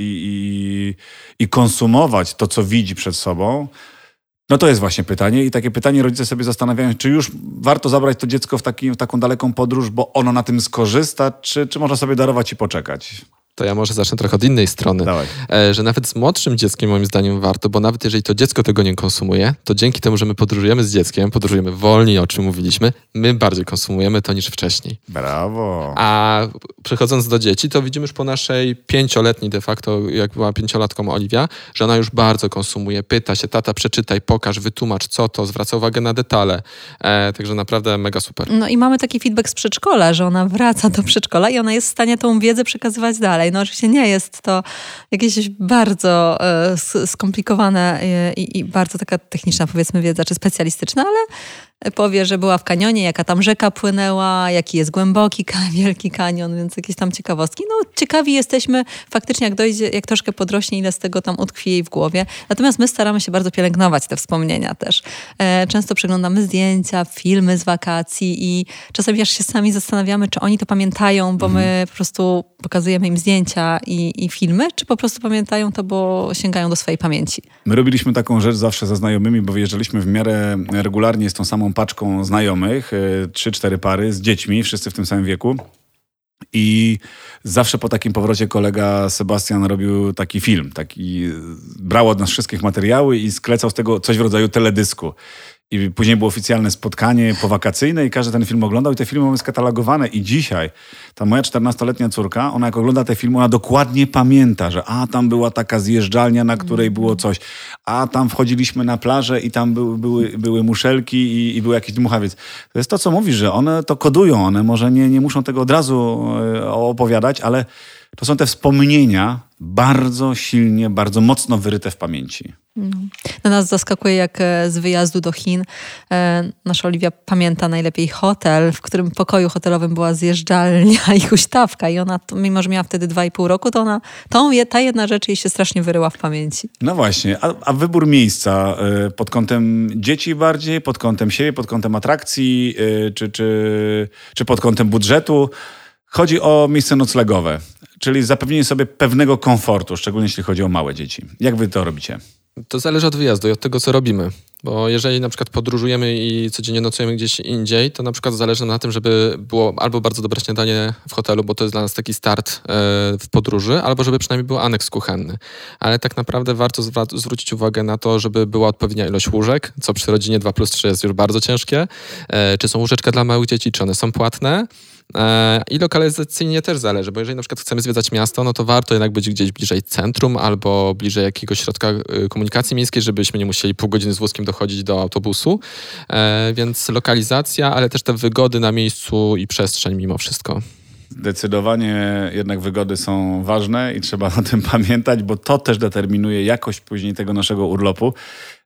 S1: i, i, i konsumować to, co widzi przed sobą, no to jest właśnie pytanie i takie pytanie rodzice sobie zastanawiają, czy już warto zabrać to dziecko w, taki, w taką daleką podróż, bo ono na tym skorzysta, czy, czy można sobie darować i poczekać?
S3: To ja może zacznę trochę od innej strony,
S1: Dawaj.
S3: że nawet z młodszym dzieckiem moim zdaniem warto, bo nawet jeżeli to dziecko tego nie konsumuje, to dzięki temu, że my podróżujemy z dzieckiem, podróżujemy wolniej, o czym mówiliśmy, my bardziej konsumujemy to niż wcześniej.
S1: Brawo.
S3: A przechodząc do dzieci, to widzimy już po naszej pięcioletniej de facto, jak była pięciolatką Oliwia, że ona już bardzo konsumuje, pyta się, tata przeczytaj, pokaż, wytłumacz co to, zwraca uwagę na detale. E, także naprawdę mega super.
S2: No i mamy taki feedback z przedszkola, że ona wraca do przedszkola i ona jest w stanie tą wiedzę przekazywać dalej. No oczywiście nie jest to jakieś bardzo e, skomplikowane i, i bardzo taka techniczna, powiedzmy, wiedza, czy specjalistyczna, ale powie, że była w kanionie, jaka tam rzeka płynęła, jaki jest głęboki, wielki kanion, więc jakieś tam ciekawostki. No ciekawi jesteśmy faktycznie, jak dojdzie, jak troszkę podrośnie, ile z tego tam utkwi jej w głowie. Natomiast my staramy się bardzo pielęgnować te wspomnienia też. E, często przeglądamy zdjęcia, filmy z wakacji i czasami aż się sami zastanawiamy, czy oni to pamiętają, bo mhm. my po prostu pokazujemy im zdjęcia i, i filmy, czy po prostu pamiętają to, bo sięgają do swojej pamięci.
S1: My robiliśmy taką rzecz zawsze ze znajomymi, bo wyjeżdżaliśmy w miarę regularnie z tą samą paczką znajomych, trzy, cztery pary z dziećmi, wszyscy w tym samym wieku. I zawsze po takim powrocie kolega Sebastian robił taki film, taki brał od nas wszystkich materiały i sklecał z tego coś w rodzaju teledysku. I później było oficjalne spotkanie powakacyjne i każdy ten film oglądał i te filmy mamy skatalogowane. I dzisiaj ta moja czternastoletnia córka, ona jak ogląda te filmy, ona dokładnie pamięta, że a tam była taka zjeżdżalnia, na której było coś, a tam wchodziliśmy na plażę i tam były, były, były muszelki i, i był jakiś dmuchawiec. To jest to, co mówisz, że one to kodują, one może nie, nie muszą tego od razu opowiadać, ale to są te wspomnienia bardzo silnie, bardzo mocno wyryte w pamięci.
S2: No nas zaskakuje, jak z wyjazdu do Chin e, nasza Oliwia pamięta najlepiej hotel, w którym pokoju hotelowym była zjeżdżalnia i huśtawka. I ona, mimo że miała wtedy dwa i pół roku, to ona, tą, ta jedna rzecz jej się strasznie wyryła w pamięci.
S1: No właśnie, a, a wybór miejsca y, pod kątem dzieci bardziej, pod kątem siebie, pod kątem atrakcji, y, czy, czy, czy pod kątem budżetu. Chodzi o miejsce noclegowe, czyli zapewnienie sobie pewnego komfortu, szczególnie jeśli chodzi o małe dzieci. Jak wy to robicie?
S3: To zależy od wyjazdu i od tego, co robimy. Bo jeżeli na przykład podróżujemy i codziennie nocujemy gdzieś indziej, to na przykład zależy nam na tym, żeby było albo bardzo dobre śniadanie w hotelu, bo to jest dla nas taki start e, w podróży, albo żeby przynajmniej był aneks kuchenny. Ale tak naprawdę warto zwra- zwrócić uwagę na to, żeby była odpowiednia ilość łóżek, co przy rodzinie dwa plus trzy jest już bardzo ciężkie. E, czy są łóżeczka dla małych dzieci, czy one są płatne? I lokalizacyjnie też zależy, bo jeżeli na przykład chcemy zwiedzać miasto, no to warto jednak być gdzieś bliżej centrum albo bliżej jakiegoś środka komunikacji miejskiej, żebyśmy nie musieli pół godziny z wózkiem dochodzić do autobusu. Więc lokalizacja, ale też te wygody na miejscu i przestrzeń mimo wszystko.
S1: Zdecydowanie jednak wygody są ważne i trzeba o tym pamiętać, bo to też determinuje jakość później tego naszego urlopu.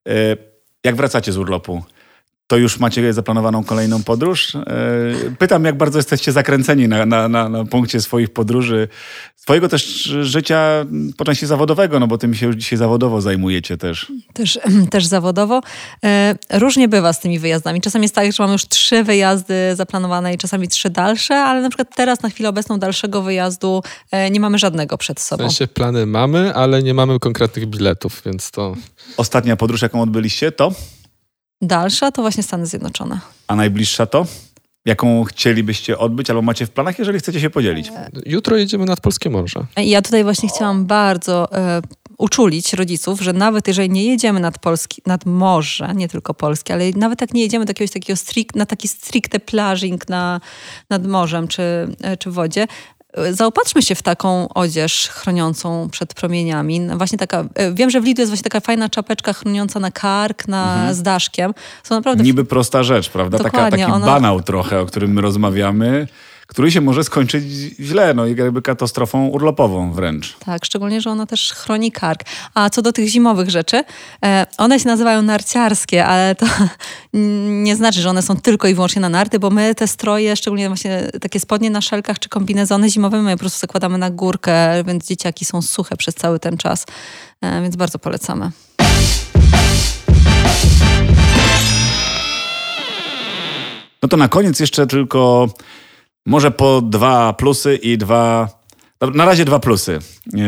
S1: Jak wracacie z urlopu? To już macie zaplanowaną kolejną podróż? Pytam, jak bardzo jesteście zakręceni na, na, na, na punkcie swoich podróży, swojego też życia po części zawodowego, no bo tym się już dzisiaj zawodowo zajmujecie też.
S2: Też, też zawodowo. Różnie bywa z tymi wyjazdami. Czasami jest tak, że mamy już trzy wyjazdy zaplanowane i czasami trzy dalsze, ale na przykład teraz na chwilę obecną dalszego wyjazdu nie mamy żadnego przed sobą.
S3: W sensie plany mamy, ale nie mamy konkretnych biletów, więc to...
S1: Ostatnia podróż, jaką odbyliście, to?
S2: Dalsza to właśnie Stany Zjednoczone.
S1: A najbliższa to? Jaką chcielibyście odbyć albo macie w planach, jeżeli chcecie się podzielić?
S3: Jutro jedziemy nad Polskie Morze.
S2: Ja tutaj właśnie chciałam bardzo e, uczulić rodziców, że nawet jeżeli nie jedziemy nad, Polski, nad morze, nie tylko polskie, ale nawet jak nie jedziemy do jakiegoś takiego strict, na taki stricte plażing na, nad morzem czy, e, czy w wodzie, zaopatrzmy się w taką odzież chroniącą przed promieniami. Właśnie taka, wiem, że w Lidlu jest właśnie taka fajna czapeczka chroniąca na kark, na, mhm. z daszkiem. Są naprawdę...
S1: Niby prosta rzecz, prawda? Taka, taki ona... banał trochę, o którym my rozmawiamy, który się może skończyć źle, no i jakby katastrofą urlopową wręcz.
S2: Tak, szczególnie, że ona też chroni kark. A co do tych zimowych rzeczy, one się nazywają narciarskie, ale to nie znaczy, że one są tylko i wyłącznie na narty, bo my te stroje, szczególnie właśnie takie spodnie na szelkach czy kombinezony zimowe, my po prostu zakładamy na górkę, więc dzieciaki są suche przez cały ten czas, więc bardzo polecamy.
S1: No to na koniec jeszcze tylko... Może po dwa plusy i dwa... Na razie dwa plusy.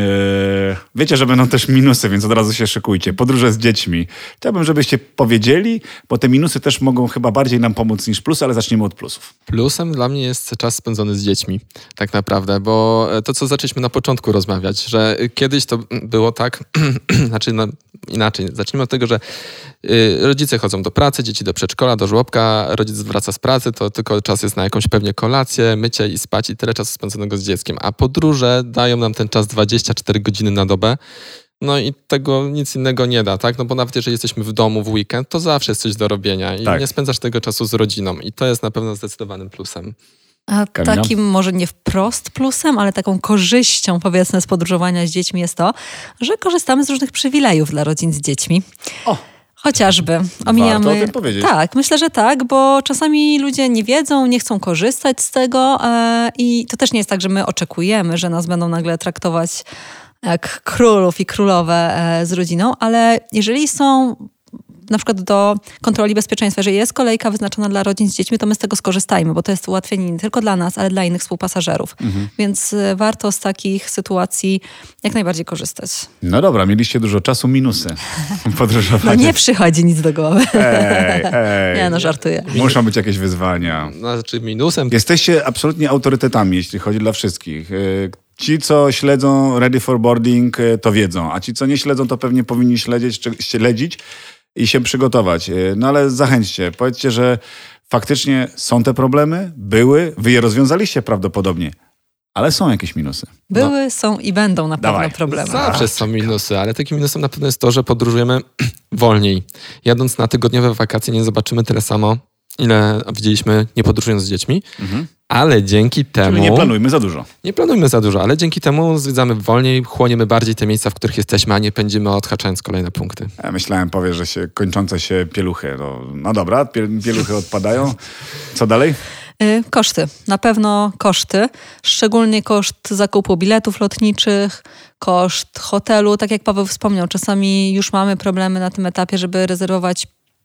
S1: Wiecie, że będą też minusy, więc od razu się szykujcie. Podróże z dziećmi. Chciałbym, żebyście powiedzieli, bo te minusy też mogą chyba bardziej nam pomóc niż plusy, ale zacznijmy od plusów.
S3: Plusem dla mnie jest czas spędzony z dziećmi, tak naprawdę, bo to, co zaczęliśmy na początku rozmawiać, że kiedyś to było tak, znaczy no, inaczej. Zacznijmy od tego, że y, rodzice chodzą do pracy, dzieci do przedszkola, do żłobka, rodzic wraca z pracy, to tylko czas jest na jakąś pewnie kolację, mycie i spać i tyle czasu spędzonego z dzieckiem. A podróże dają nam ten czas dwadzieścia cztery godziny na dobę. No i tego nic innego nie da, tak? No bo nawet jeżeli jesteśmy w domu w weekend, to zawsze jest coś do robienia i tak. Nie spędzasz tego czasu z rodziną i to jest na pewno zdecydowanym plusem.
S2: A
S1: Kamila?
S2: Takim może nie wprost plusem, ale taką korzyścią powiedzmy z podróżowania z dziećmi jest to, że korzystamy z różnych przywilejów dla rodzin z dziećmi.
S1: O!
S2: Chociażby. Omijamy...
S1: Warto o tym powiedzieć.
S2: Tak, myślę, że tak, bo czasami ludzie nie wiedzą, nie chcą korzystać z tego e, i to też nie jest tak, że my oczekujemy, że nas będą nagle traktować jak królów i królowe e, z rodziną, ale jeżeli są na przykład do kontroli bezpieczeństwa, jeżeli jest kolejka wyznaczona dla rodzin z dziećmi, to my z tego skorzystajmy, bo to jest ułatwienie nie tylko dla nas, ale dla innych współpasażerów. Mhm. Więc warto z takich sytuacji jak najbardziej korzystać.
S1: No dobra, mieliście dużo czasu, minusy podróżowania.
S2: No nie przychodzi nic do głowy.
S1: Ej, ej.
S2: Nie, no żartuję.
S1: Muszą być jakieś wyzwania.
S3: Znaczy minusem...
S1: Jesteście absolutnie autorytetami, jeśli chodzi dla wszystkich. Ci, co śledzą Ready for Boarding, to wiedzą, a ci, co nie śledzą, to pewnie powinni śledzić, czy śledzić i się przygotować. No ale zachęćcie, powiedzcie, że faktycznie są te problemy, były, wy je rozwiązaliście prawdopodobnie, ale są jakieś minusy.
S2: Były,
S3: no.
S2: są i będą na pewno
S1: Dawaj.
S2: problemy.
S3: Zawsze są minusy, ale takim minusem na pewno jest to, że podróżujemy wolniej. Jadąc na tygodniowe wakacje nie zobaczymy tyle samo, ile widzieliśmy nie podróżując z dziećmi, mhm. ale dzięki temu...
S1: Czyli nie planujmy za dużo.
S3: Nie planujmy za dużo, ale dzięki temu zwiedzamy wolniej, chłoniemy bardziej te miejsca, w których jesteśmy, a nie pędzimy odhaczając kolejne punkty.
S1: Ja myślałem, powiesz, że się kończące się pieluchy. No, no dobra, pieluchy odpadają. Co dalej?
S2: Yy, koszty. Na pewno koszty. Szczególnie koszt zakupu biletów lotniczych, koszt hotelu. Tak jak Paweł wspomniał, czasami już mamy problemy na tym etapie, żeby rezerwować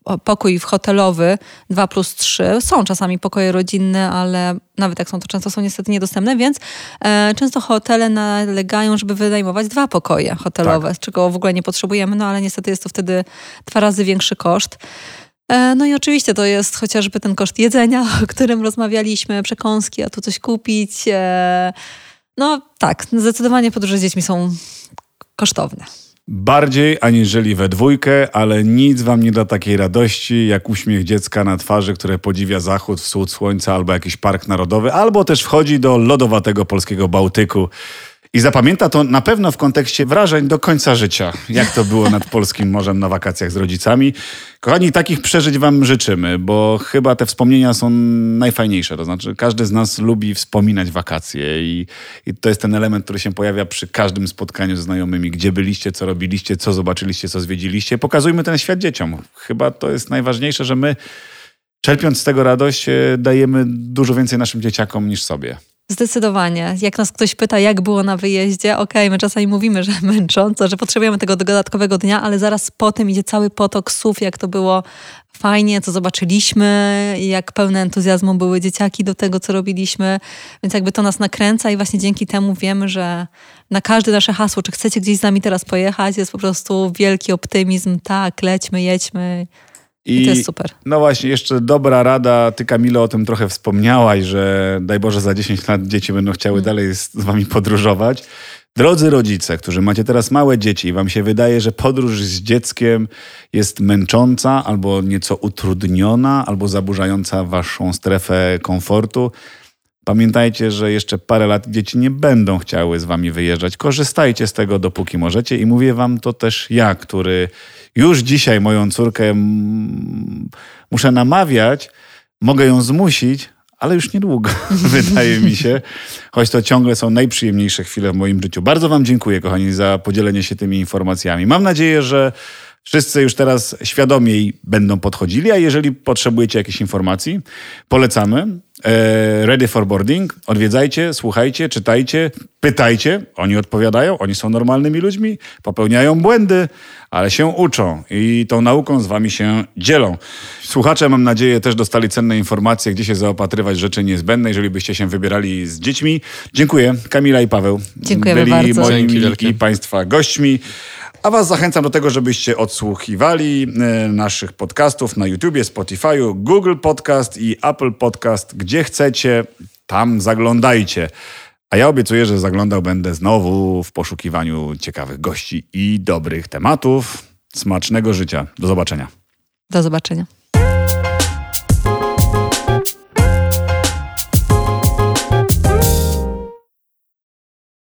S2: pokój w hotelowy dwa plus trzy. Są czasami pokoje rodzinne, ale nawet jak są, to często są niestety niedostępne, więc e, często hotele nalegają, żeby wynajmować dwa pokoje hotelowe, tak. czego w ogóle nie potrzebujemy, no ale niestety jest to wtedy dwa razy większy koszt. E, no i oczywiście to jest chociażby ten koszt jedzenia, o którym rozmawialiśmy, przekąski, a tu coś kupić. E, no tak, zdecydowanie podróże z dziećmi są kosztowne.
S1: Bardziej aniżeli we dwójkę, ale nic wam nie da takiej radości, jak uśmiech dziecka na twarzy, które podziwia zachód, wschód słońca, albo jakiś park narodowy, albo też wchodzi do lodowatego polskiego Bałtyku. I zapamięta to na pewno w kontekście wrażeń do końca życia, jak to było nad polskim morzem na wakacjach z rodzicami. Kochani, takich przeżyć wam życzymy, bo chyba te wspomnienia są najfajniejsze. To znaczy każdy z nas lubi wspominać wakacje i, i to jest ten element, który się pojawia przy każdym spotkaniu ze znajomymi. Gdzie byliście, co robiliście, co zobaczyliście, co zwiedziliście. Pokazujmy ten świat dzieciom. Chyba to jest najważniejsze, że my, czerpiąc z tego radość, dajemy dużo więcej naszym dzieciakom niż sobie.
S2: Zdecydowanie. Jak nas ktoś pyta, jak było na wyjeździe, okej, okay, my czasami mówimy, że męcząco, że potrzebujemy tego dodatkowego dnia, ale zaraz po tym idzie cały potok słów, jak to było fajnie, co zobaczyliśmy, jak pełne entuzjazmu były dzieciaki do tego, co robiliśmy, więc jakby to nas nakręca i właśnie dzięki temu wiemy, że na każde nasze hasło, czy chcecie gdzieś z nami teraz pojechać, jest po prostu wielki optymizm, tak, lećmy, jedźmy. I, I to jest super.
S1: No właśnie, jeszcze dobra rada. Ty, Kamilo, o tym trochę wspomniałaś, że daj Boże za dziesięć lat dzieci będą chciały mm. dalej z, z wami podróżować. Drodzy rodzice, którzy macie teraz małe dzieci i wam się wydaje, że podróż z dzieckiem jest męcząca albo nieco utrudniona, albo zaburzająca waszą strefę komfortu, pamiętajcie, że jeszcze parę lat dzieci nie będą chciały z wami wyjeżdżać. Korzystajcie z tego, dopóki możecie i mówię wam to też ja, który już dzisiaj moją córkę m- muszę namawiać, mogę ją zmusić, ale już niedługo, wydaje mi się. Choć to ciągle są najprzyjemniejsze chwile w moim życiu. Bardzo wam dziękuję, kochani, za podzielenie się tymi informacjami. Mam nadzieję, że wszyscy już teraz świadomiej będą podchodzili, a jeżeli potrzebujecie jakichś informacji, polecamy. Ready for Boarding. Odwiedzajcie, słuchajcie, czytajcie, pytajcie. Oni odpowiadają, oni są normalnymi ludźmi, popełniają błędy, ale się uczą i tą nauką z wami się dzielą. Słuchacze, mam nadzieję, też dostali cenne informacje, gdzie się zaopatrywać rzeczy niezbędne, jeżeli byście się wybierali z dziećmi. Dziękuję. Kamila i Paweł
S2: Dziękujemy
S1: byli
S2: bardzo.
S1: moimi i państwa gośćmi. A was zachęcam do tego, żebyście odsłuchiwali naszych podcastów na YouTubie, Spotify'u, Google Podcast i Apple Podcast. Gdzie chcecie, tam zaglądajcie. A ja obiecuję, że zaglądał będę znowu w poszukiwaniu ciekawych gości i dobrych tematów. Smacznego życia. Do zobaczenia.
S2: Do zobaczenia.